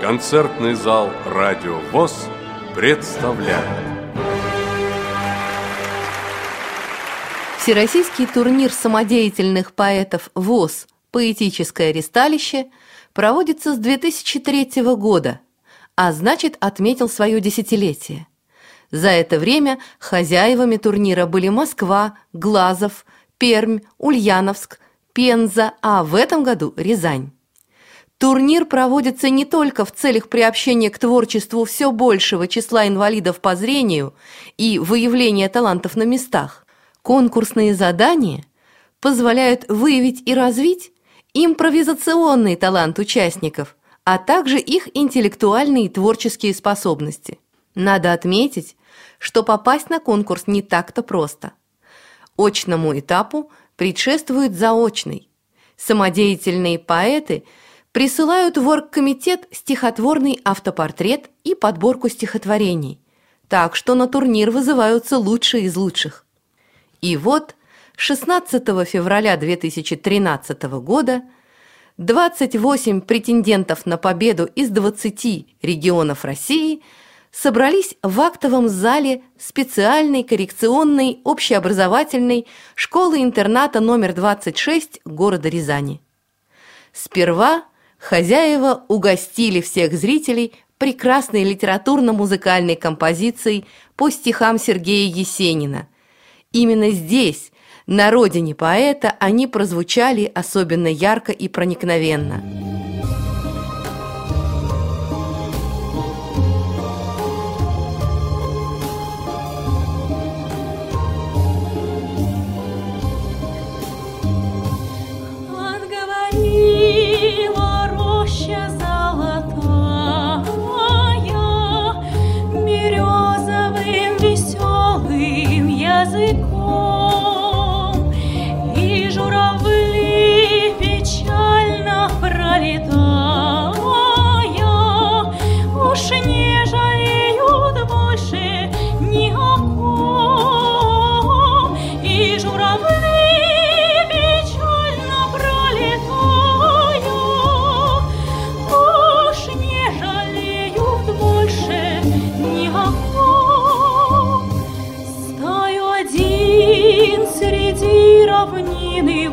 Концертный зал «Радио ВОС» представляет. Всероссийский турнир самодеятельных поэтов ВОС «Поэтическое ристалище» проводится с 2003 года, а значит, отметил свое десятилетие. За это время хозяевами турнира были Москва, Глазов, Пермь, Ульяновск, Пенза, а в этом году Рязань. Турнир проводится не только в целях приобщения к творчеству все большего числа инвалидов по зрению и выявления талантов на местах. Конкурсные задания позволяют выявить и развить импровизационный талант участников, а также их интеллектуальные и творческие способности. Надо отметить, что попасть на конкурс не так-то просто. Очному этапу предшествует заочный. Самодеятельные поэты присылают в оргкомитет стихотворный автопортрет и подборку стихотворений, так что на турнир вызываются лучшие из лучших. И вот 16 февраля 2013 года 28 претендентов на победу из 20 регионов России собрались в актовом зале специальной коррекционной общеобразовательной школы-интерната номер 26 города Рязани. Сперва хозяева угостили всех зрителей прекрасной литературно-музыкальной композицией по стихам Сергея Есенина. Именно здесь, на родине поэта, они прозвучали особенно ярко и проникновенно. Отговорила роща золотая березовым веселым языком, и журавли печально пролетая уж не жалеют больше ни о ком, и журавли печально пролетая уж не жалеют больше ни о ком. Стою один среди равнины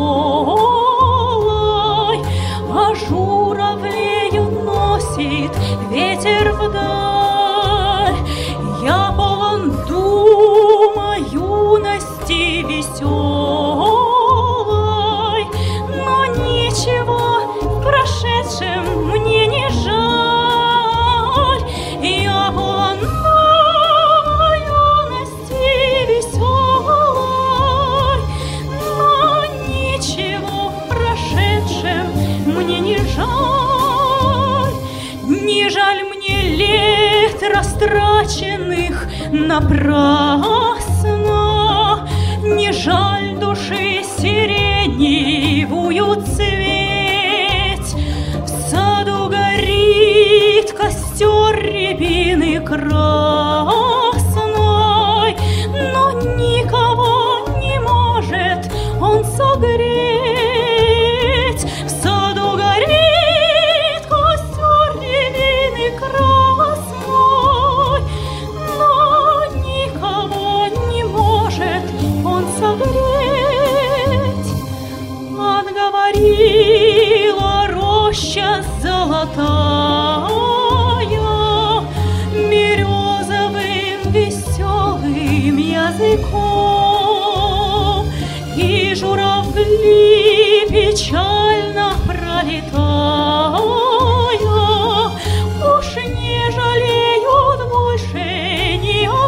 голой, а журавлею носит ветер вдаль. Я полон дума юности веселой, но ничего в прошедшем мне не жаль. Я полон дума юности веселой, но ничего в прошедшем мне не жаль. Не жаль мне лет растраченных напрасно, не жаль души сиреневую цветь. В саду горит костер рябины красной, но никого не может он согреть. В саду горит костер рябины красной, но никого не может он согреть. Отговорила роща золотая березовым веселым языком, и журавли печально пролетая уж не жалеют больше ни о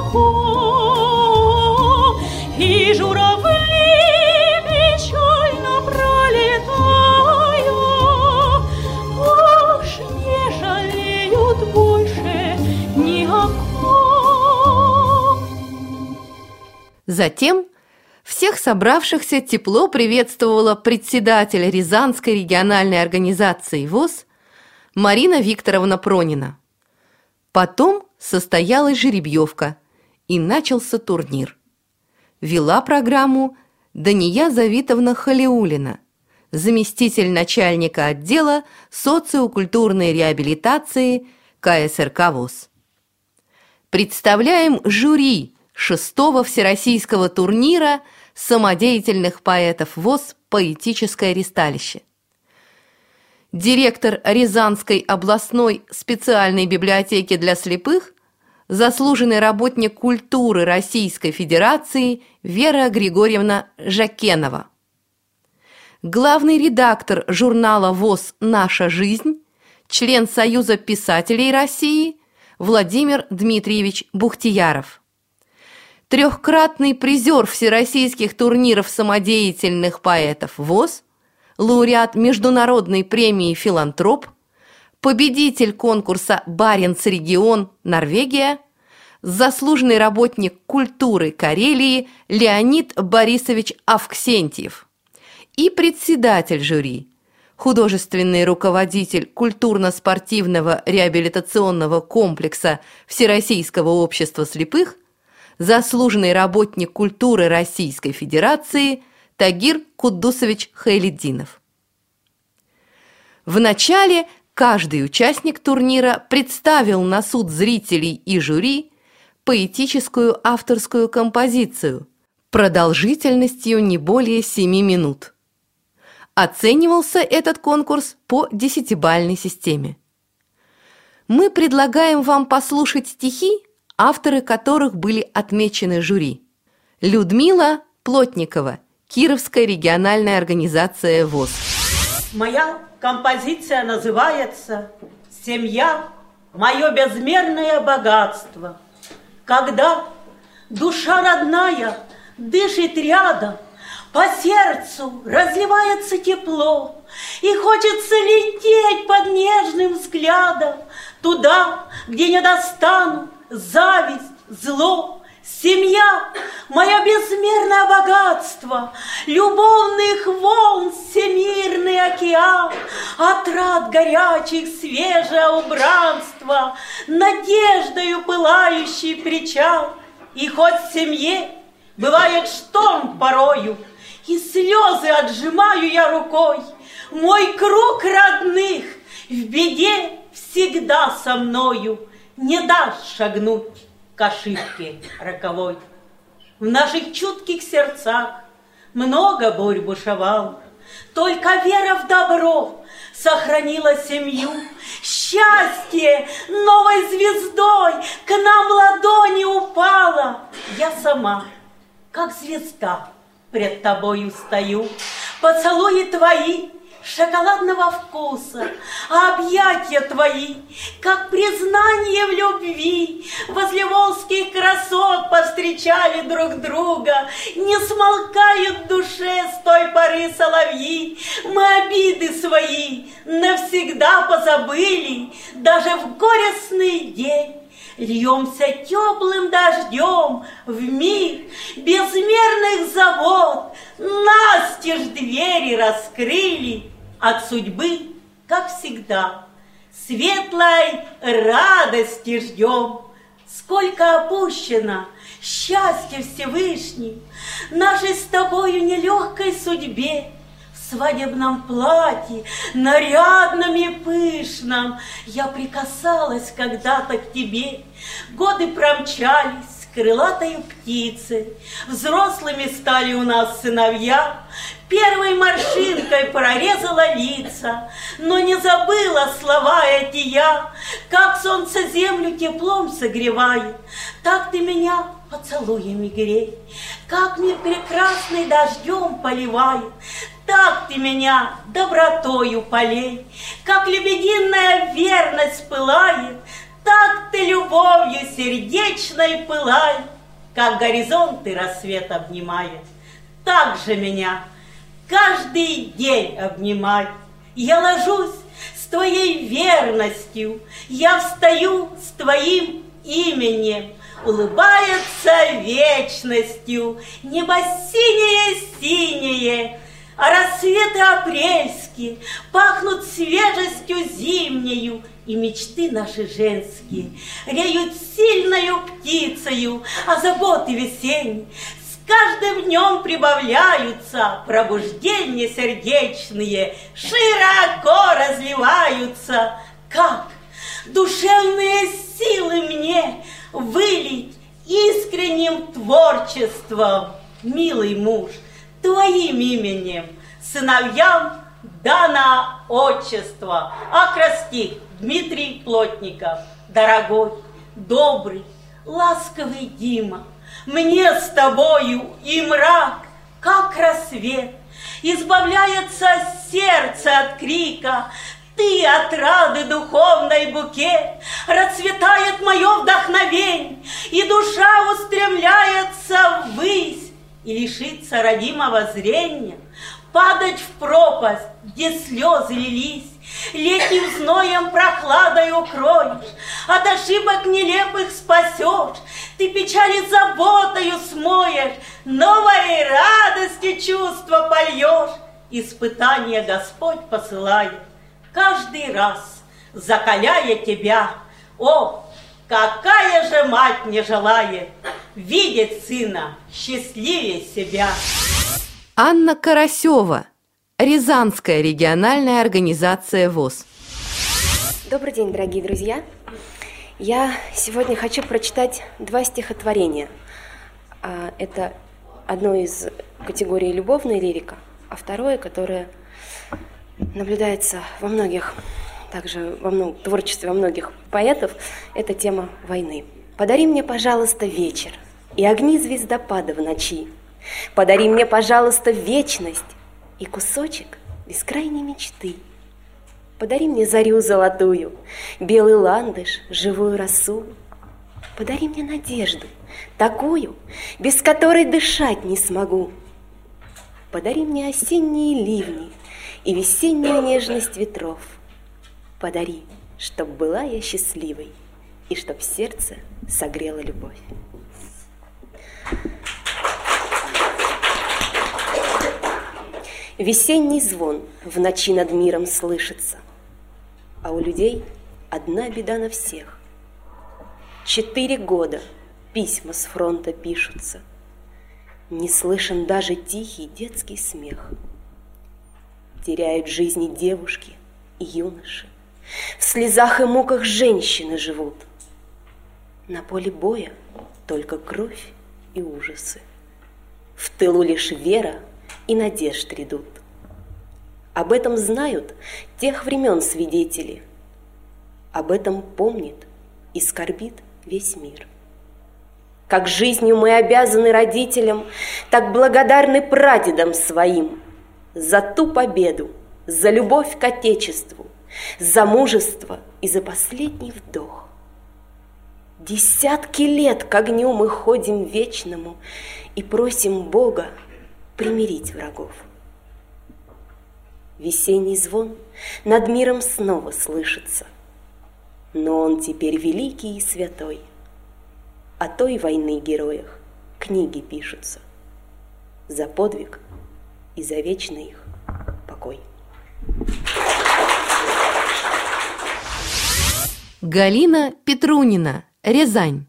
ком, и журавли печально пролетая уж не жалеют больше ни о ком. Затем всех собравшихся тепло приветствовала председатель Рязанской региональной организации ВОС Марина Викторовна Пронина. Потом состоялась жеребьевка, и начался турнир. Вела программу Дания Завитовна Халиуллина, заместитель начальника отдела социокультурной реабилитации КСРК ВОС. Представляем жюри 6-го всероссийского турнира самодеятельных поэтов ВОС «Поэтическое ристалище». Директор Рязанской областной специальной библиотеки для слепых, заслуженный работник культуры Российской Федерации Вера Григорьевна Жакенова. Главный редактор журнала ВОС «Наша жизнь», член Союза писателей России Владимир Дмитриевич Бухтияров. Трехкратный призер всероссийских турниров самодеятельных поэтов ВОС, лауреат международной премии «Филантроп», победитель конкурса «Баренц-регион», Норвегия, заслуженный работник культуры Карелии Леонид Борисович Авксентьев и председатель жюри, художественный руководитель культурно-спортивного реабилитационного комплекса Всероссийского общества слепых, заслуженный работник культуры Российской Федерации Тагир Куддусович Хайлетдинов. Вначале каждый участник турнира представил на суд зрителей и жюри поэтическую авторскую композицию продолжительностью не более 7 минут. Оценивался этот конкурс по 10-бальной системе. Мы предлагаем вам послушать стихи, авторы которых были отмечены жюри. Людмила Плотникова, Кировская региональная организация ВОС. Моя композиция называется «Семья – мое безмерное богатство». Когда душа родная дышит рядом, по сердцу разливается тепло, и хочется лететь под нежным взглядом туда, где не достану зависть, зло. Семья – мое безмерное богатство, любовных волн всемирный океан, отрад горячих свежее убранство, надеждою пылающий причал. И хоть в семье бывает шторм порою, и слезы отжимаю я рукой, мой круг родных в беде всегда со мною не даст шагнуть к ошибке роковой. В наших чутких сердцах много бурь бушевало, только вера в добро сохранила семью. Счастье новой звездой к нам в ладони упало. Я сама, как звезда, пред тобою стою. Поцелуи твои шоколадного вкуса, а объятия твои, как признание в любви, возле волжских красот повстречали друг друга. Не смолкают в душе с той поры соловьи, мы обиды свои навсегда позабыли, даже в горестный день льемся теплым дождем в мир безмерных забот, настежь двери раскрыли. От судьбы, как всегда, светлой радости ждем. Сколько опущено счастья Всевышним нашей с тобою нелегкой судьбе. В свадебном платье, нарядном и пышном, я прикасалась когда-то к тебе. Годы промчались с крылатой птицей, взрослыми стали у нас сыновья. Первой морщинкой прорезала лица, но не забыла слова эти я. Как солнце землю теплом согревает, так ты меня поцелуями грей. Как мир прекрасный дождем поливает, так ты меня добротою полей. Как лебединая верность пылает, так ты любовью сердечной пылай. Как горизонты рассвет обнимает, так же меня каждый день обнимай. Я ложусь с твоей верностью, я встаю с твоим именем. Улыбается вечностью небо синее-синее, а рассветы апрельские пахнут свежестью зимнею, и мечты наши женские реют сильною птицею, а заботы весенние С каждым днем прибавляются пробуждения сердечные, широко разливаются. Как душевные силы мне вылить искренним творчеством, милый муж, твоим именем сыновьям дано отчество. Акростих Дмитрий Плотников. Дорогой, добрый, ласковый Дима, мне с тобою и мрак, как рассвет, избавляется сердце от крика, ты от рады духовной букет, расцветает мое вдохновение, и душа устремляется ввысь, и лишится родимого зрения, падать в пропасть, где слезы лились, летним зноем прохладой укроешь, от ошибок нелепых спасешь, ты печали заботою смоешь, новой радости чувства польешь. Испытания Господь посылает каждый раз, закаляя тебя. О, какая же мать не желает видеть сына счастливее себя. Анна Карасева, Рязанская региональная организация ВОС. Добрый день, дорогие друзья. Я сегодня хочу прочитать 2 стихотворения. Это одно из категории любовная лирика, а второе, которое наблюдается во многих, также в творчестве во многих поэтов, это тема войны. «Подари мне, пожалуйста, вечер и огни звездопада в ночи. Подари мне, пожалуйста, вечность и кусочек бескрайней мечты. Подари мне зарю золотую, белый ландыш, живую росу. Подари мне надежду, такую, без которой дышать не смогу. Подари мне осенние ливни и весеннюю нежность ветров. Подари, чтоб была я счастливой и чтоб сердце согрела любовь». Весенний звон в ночи над миром слышится, а у людей одна беда на всех. 4 года письма с фронта пишутся, не слышен даже тихий детский смех. Теряют жизни девушки и юноши, в слезах и муках женщины живут. На поле боя только кровь и ужасы, в тылу лишь вера и надежд рядут. Об этом знают тех времен свидетели, об этом помнит и скорбит весь мир. Как жизнью мы обязаны родителям, так благодарны прадедам своим за ту победу, за любовь к Отечеству, за мужество и за последний вдох. Десятки лет к огню мы ходим вечному и просим Бога примирить врагов. Весенний звон над миром снова слышится, но он теперь великий и святой. О той войны героях книги пишутся, за подвиг и за вечный их покой. Галина Петрунина, Рязань.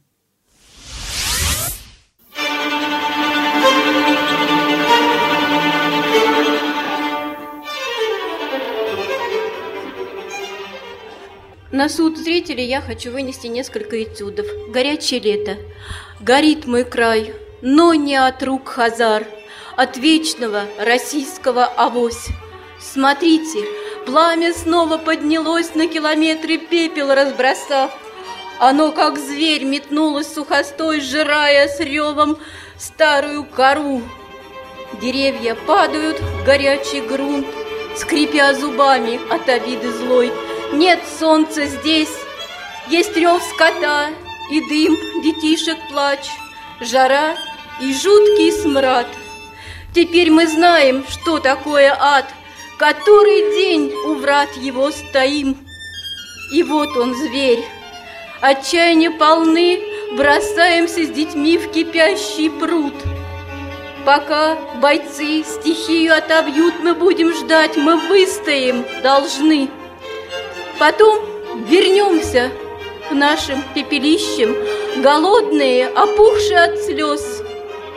На суд зрителей я хочу вынести несколько этюдов. «Горячее лето». Горит мой край, но не от рук хазар, от вечного российского авось. Смотрите, пламя снова поднялось, на километры пепел разбросав. Оно, как зверь, метнулось сухостой, сжирая с ревом старую кору. Деревья падают в горячий грунт, скрипя зубами от обиды злой. Нет солнца здесь, есть рев скота и дым, детишек плач, жара и жуткий смрад. Теперь мы знаем, что такое ад, который день у врат его стоим. И вот он, зверь, отчаяние полны, бросаемся с детьми в кипящий пруд. Пока бойцы стихию отобьют, мы будем ждать, мы выстоим должны. Потом вернемся к нашим пепелищам, голодные, опухшие от слез.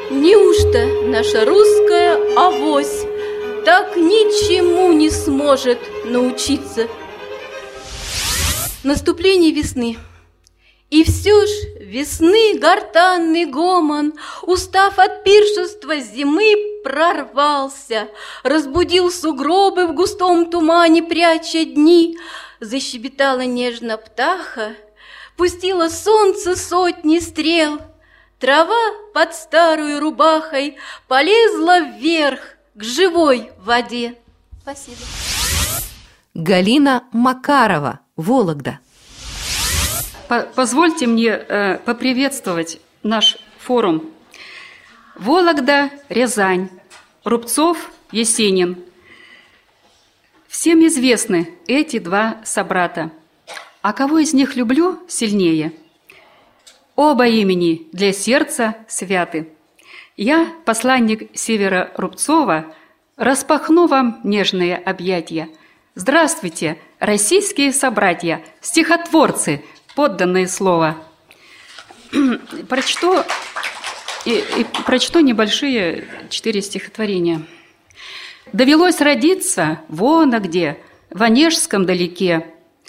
Неужто наша русская авось так ничему не сможет научиться? Наступление весны. И все ж весны гортанный гомон, устав от пиршества зимы, прорвался, разбудил сугробы в густом тумане, пряча дни. Защебетала нежно птаха, пустило солнце сотни стрел. Трава под старую рубахой полезла вверх к живой воде. Спасибо. Галина Макарова, Вологда. Позвольте мне поприветствовать наш форум. Вологда, Рязань, Рубцов, Есенин. Всем известны эти два собрата. А кого из них люблю сильнее? Оба имени для сердца святы. Я, посланник Севера Рубцова, распахну вам нежные объятия. Здравствуйте, российские собратья, стихотворцы, подданные слова. Прочту небольшие 4 стихотворения. Довелось родиться вон где, в Онежском далеке,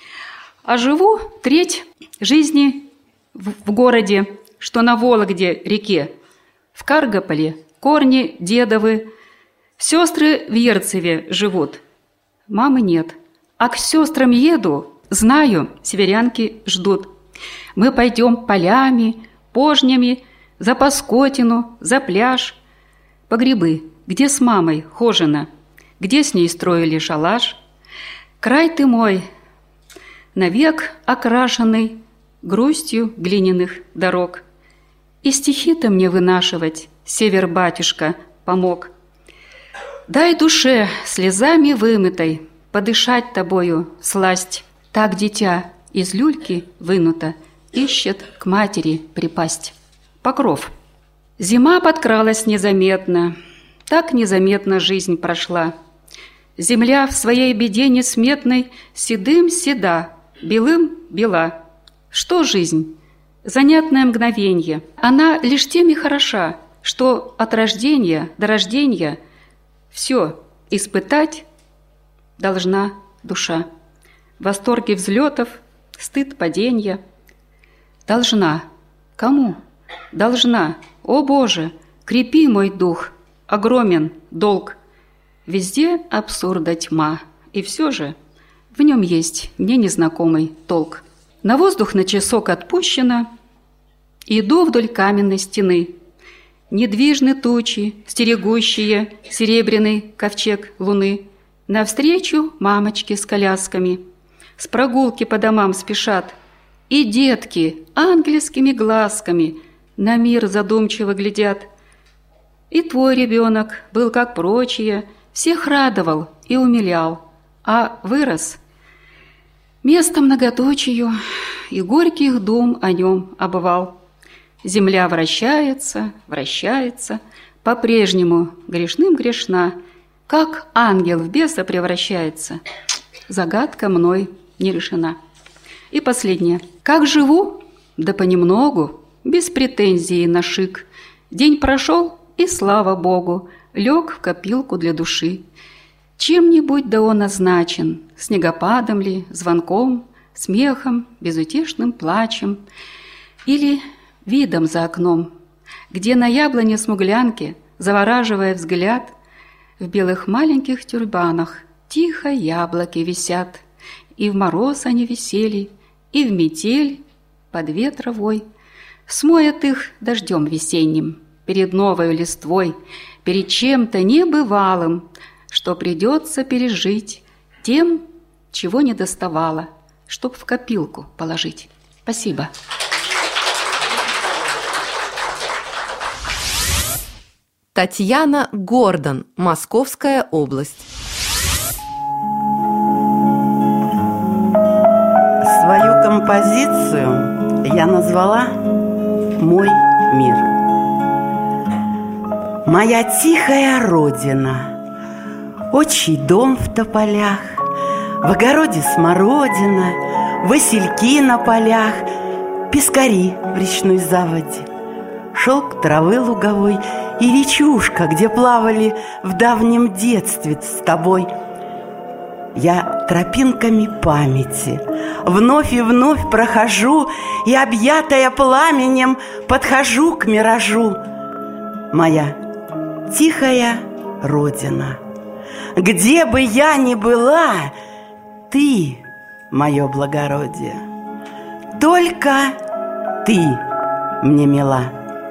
а живу треть жизни в городе, что на Вологде реке. В Каргополе корни дедовы, сестры в Ерцеве живут. Мамы нет, а к сестрам еду, знаю, северянки ждут. Мы пойдем полями, пожнями, за Паскотину, за пляж, по грибы, где с мамой хожено, где с ней строили шалаш. Край ты мой, навек окрашенный грустью глиняных дорог. И стихи-то мне вынашивать север-батюшка помог. Дай душе слезами вымытой подышать тобою сласть. Так дитя из люльки вынуто, ищет к матери припасть. Покров. Зима подкралась незаметно, так незаметно жизнь прошла. Земля в своей беде несметной седым седа, белым бела. Что жизнь? Занятное мгновенье. Она лишь тем и хороша, что от рождения до рождения все испытать должна душа. Восторги взлетов, стыд паденья. Должна. Кому? Должна. О Боже, крепи мой дух, огромен долг. Везде абсурда тьма, и все же в нем есть мне незнакомый толк. На воздух на часок отпущено, иду вдоль каменной стены. Недвижны тучи, стерегущие серебряный ковчег луны. Навстречу мамочки с колясками с прогулки по домам спешат, и детки ангельскими глазками на мир задумчиво глядят. И твой ребенок был, как прочие, всех радовал и умилял, а вырос место многоточию, и горьких дум о нем обывал. Земля вращается, вращается, по-прежнему грешным грешна, как ангел в беса превращается. Загадка мной не решена. И последнее. Как живу? Да понемногу, без претензий на шик. День прошел, и слава Богу, лег в копилку для души. Чем-нибудь да он назначен, снегопадом ли, звонком, смехом, безутешным плачем или видом за окном, где на яблоне смуглянке, завораживая взгляд, в белых маленьких тюрбанах тихо яблоки висят, и в мороз они висели, и в метель под ветровой смоет их дождем весенним, перед новой листвой, перед чем-то небывалым, что придется пережить тем, чего не доставало, чтоб в копилку положить. Спасибо. Татьяна Гордон, Московская область. Свою композицию я назвала «Мой мир». Моя тихая родина, отчий дом в тополях, в огороде смородина, васильки на полях, пескари в речной заводе, шелк травы луговой и речушка, где плавали в давнем детстве с тобой. Я тропинками памяти вновь и вновь прохожу, и, объятая пламенем, подхожу к миражу. Моя тихая родина, где бы я ни была, ты, мое благородие, только ты мне мила.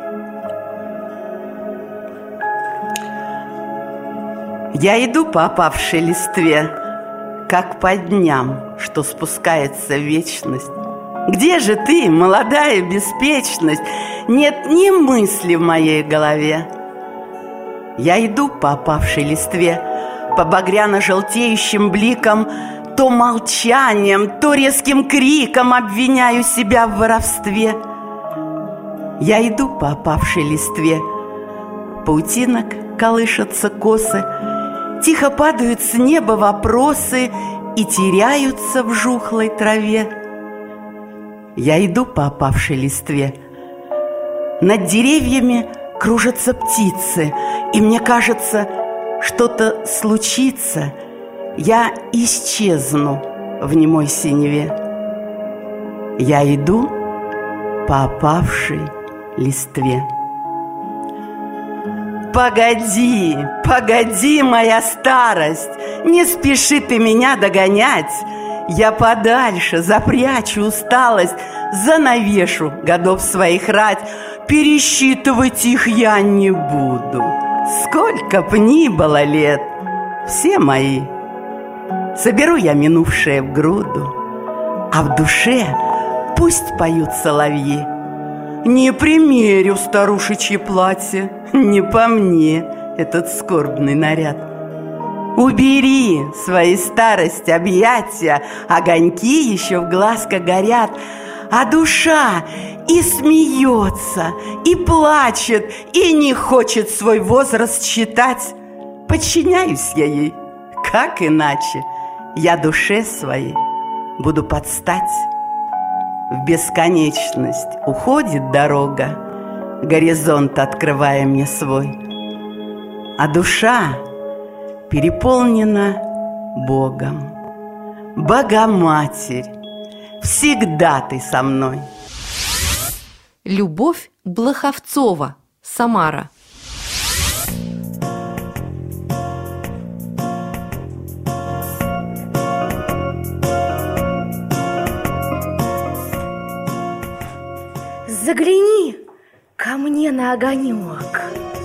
Я иду по опавшей листве, как по дням, что спускается в вечность. Где же ты, молодая беспечность? Нет ни мысли в моей голове. Я иду по опавшей листве, по багряно-желтеющим бликам, то молчанием, то резким криком обвиняю себя в воровстве. Я иду по опавшей листве, паутинок колышутся косы, тихо падают с неба вопросы и теряются в жухлой траве. Я иду по опавшей листве. Над деревьями кружатся птицы, и мне кажется, что-то случится. Я исчезну в немой синеве. Я иду по опавшей листве. Погоди, погоди, моя старость, не спеши ты меня догонять. Я подальше запрячу усталость, занавешу годов своих рать. Пересчитывать их я не буду. Сколько б ни было лет, все мои. Соберу я минувшее в груду, а в душе пусть поют соловьи. Не примерю старушечье платье, не по мне этот скорбный наряд. Убери свои старость объятия, огоньки еще в глазках горят, а душа и смеется, и плачет, и не хочет свой возраст считать. Подчиняюсь я ей, как иначе? Я душе своей буду подстать. В бесконечность уходит дорога, горизонт открывая мне свой, а душа переполнена Богом. Богоматерь, всегда ты со мной. Любовь Блоховцова, Самара. Загляни ко мне на огонек.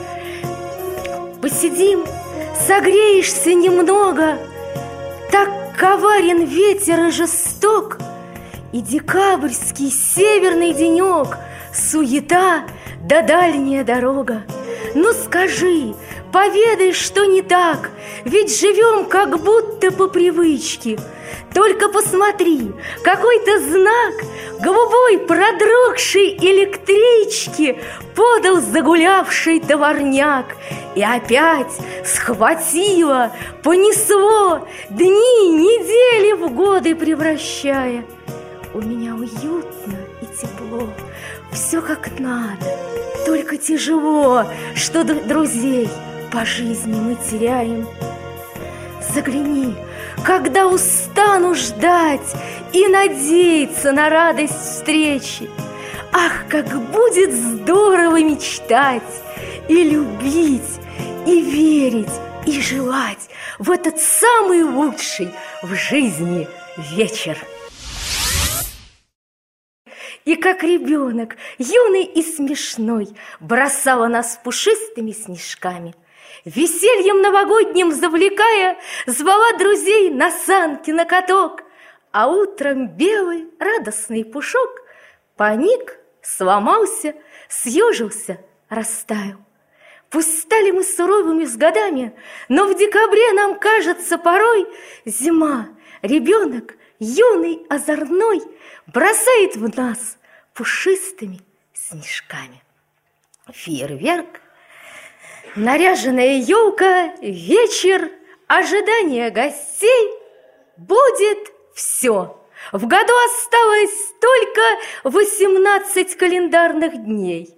Посидим, согреешься немного. Так коварен ветер и жесток, и декабрьский северный денек, суета да дальняя дорога. Ну скажи, поведай, что не так, ведь живем как будто по привычке. Только посмотри, какой-то знак голубой продрогшей электрички подал загулявший товарняк. И опять схватило, понесло, дни, недели в годы превращая. У меня уютно и тепло, все как надо, только тяжело, что друзей по жизни мы теряем. Загляни, когда устану ждать и надеяться на радость встречи. Ах, как будет здорово мечтать и любить, и верить, и желать в этот самый лучший в жизни вечер. И как ребенок, юный и смешной, бросала нас пушистыми снежками. Весельем новогодним завлекая, звала друзей на санки, на каток. А утром белый радостный пушок поник, сломался, съежился, растаял. Пусть стали мы суровыми с годами, но в декабре нам кажется порой зима, ребенок юный, озорной, бросает в нас пушистыми снежками. Фейерверк, наряженная елка, вечер, ожидание гостей. Будет все. В году осталось только 18 календарных дней,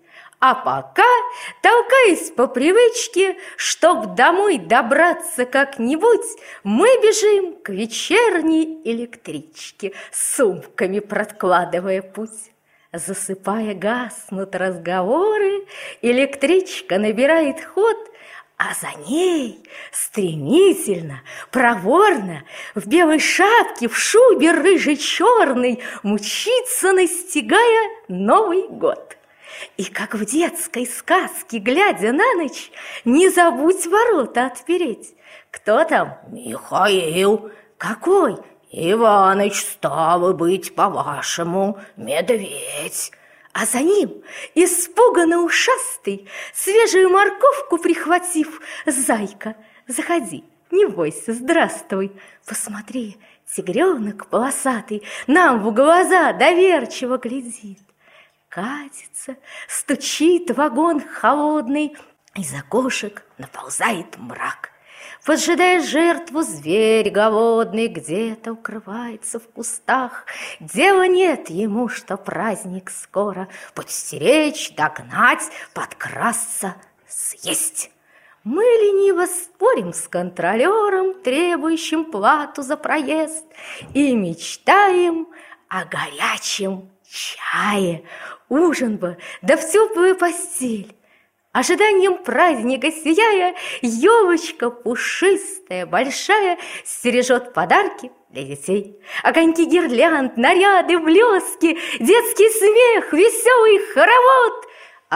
А пока, толкаясь по привычке, чтоб домой добраться как-нибудь, мы бежим к вечерней электричке, сумками прокладывая путь. Засыпая, гаснут разговоры, электричка набирает ход, а за ней стремительно, проворно, в белой шапке, в шубе рыжей-черной мчится, настигая Новый год. И как в детской сказке, глядя на ночь, не забудь ворота отпереть. Кто там? Михаил. Какой? Иваныч, стало быть, по-вашему, медведь. А за ним, испуганно ушастый, свежую морковку прихватив, зайка. Заходи, не бойся, здравствуй. Посмотри, тигренок полосатый нам в глаза доверчиво глядит. Катится, стучит вагон холодный, из окошек наползает мрак. Поджидая жертву, зверь голодный где-то укрывается в кустах. Дела нет ему, что праздник скоро, подстеречь, догнать, подкрасться, съесть. Мы лениво спорим с контролером, требующим плату за проезд, и мечтаем о горячем чае. Ужин бы, да в теплую постель. Ожиданием праздника сияя, елочка пушистая, большая, стережет подарки для детей. Огоньки гирлянд, наряды, блески, детский смех, веселый хоровод.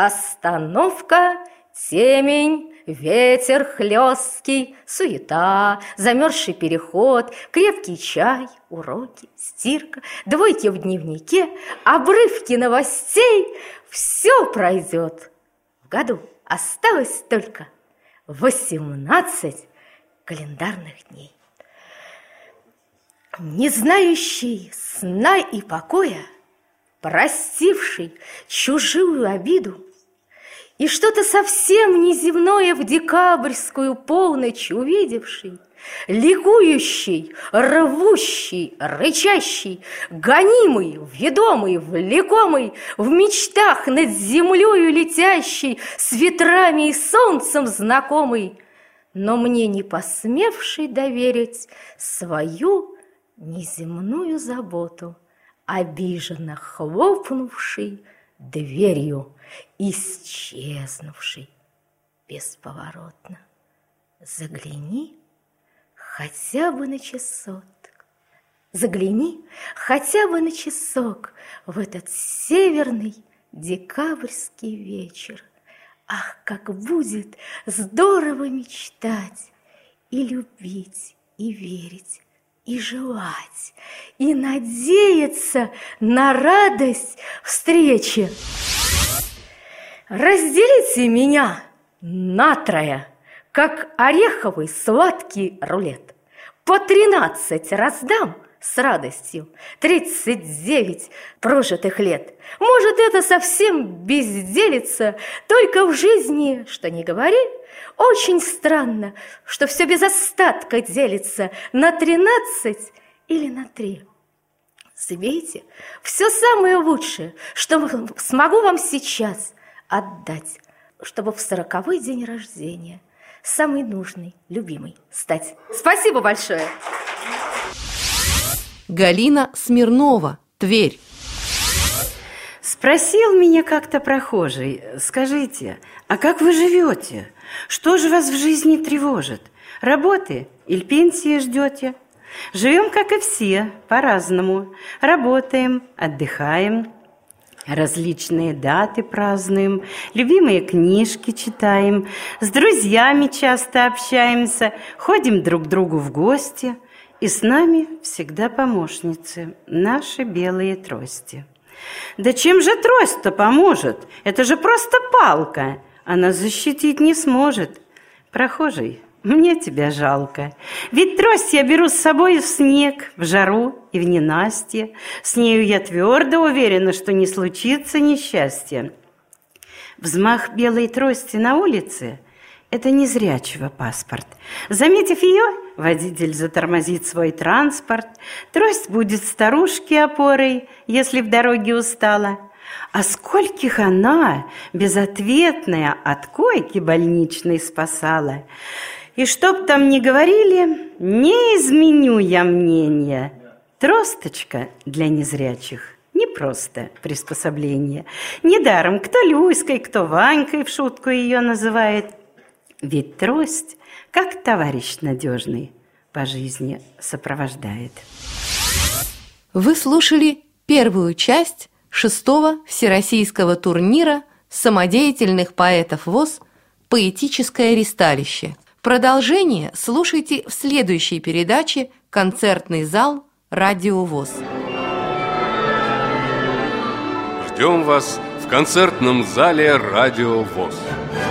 Остановка, темень, ветер хлесткий, суета, замерзший переход, крепкий чай, уроки, стирка, двойки в дневнике, обрывки новостей. Все пройдет. В году осталось только 18 календарных дней. Не знающий сна и покоя, простивший чужую обиду, и что-то совсем неземное в декабрьскую полночь увидевший, ликующий, рвущий, рычащий, гонимый, ведомый, влекомый, в мечтах над землею летящий, с ветрами и солнцем знакомый, но мне не посмевший доверить свою неземную заботу, обиженно хлопнувший дверью, исчезнувший бесповоротно. Загляни хотя бы на часок, загляни хотя бы на часок в этот северный декабрьский вечер. Ах, как будет здорово мечтать и любить, и верить, и желать, и надеяться на радость встречи. Разделите меня натрое, как ореховый сладкий рулет. По 13 раздам с радостью 39 прожитых лет. Может, это совсем безделица, только в жизни, что ни говори, очень странно, что все без остатка делится на 13 или на 3. Забейте все самое лучшее, что смогу вам сейчас отдать, чтобы в 40-й день рождения самый нужный, любимый стать. Спасибо большое. Галина Смирнова, Тверь. Спросил меня как-то прохожий: скажите, а как вы живете? Что же вас в жизни тревожит? Работы или пенсии ждете? Живем, как и все, по-разному. Работаем, отдыхаем, различные даты празднуем, любимые книжки читаем, с друзьями часто общаемся, ходим друг к другу в гости, и с нами всегда помощницы, наши белые трости. Да чем же трость-то поможет? Это же просто палка, она защитить не сможет. Прохожий, мне тебя жалко, ведь трость я беру с собой в снег, в жару и в ненастье. С нею я твердо уверена, что не случится несчастья. Взмах белой трости на улице – это незрячего паспорт. Заметив ее, водитель затормозит свой транспорт. Трость будет старушке опорой, если в дороге устала. А скольких она, безответная, от койки больничной спасала. И чтоб там ни говорили, не изменю я мнения. Тросточка для незрячих не просто приспособление. Недаром кто Люськой, кто Ванькой в шутку ее называет. Ведь трость, как товарищ надежный, по жизни сопровождает. Вы слушали первую часть 6-го всероссийского турнира самодеятельных поэтов ВОС «Поэтическое ристалище». Продолжение слушайте в следующей передаче «Концертный зал Радио ВОС». Ждем вас в концертном зале Радио ВОС.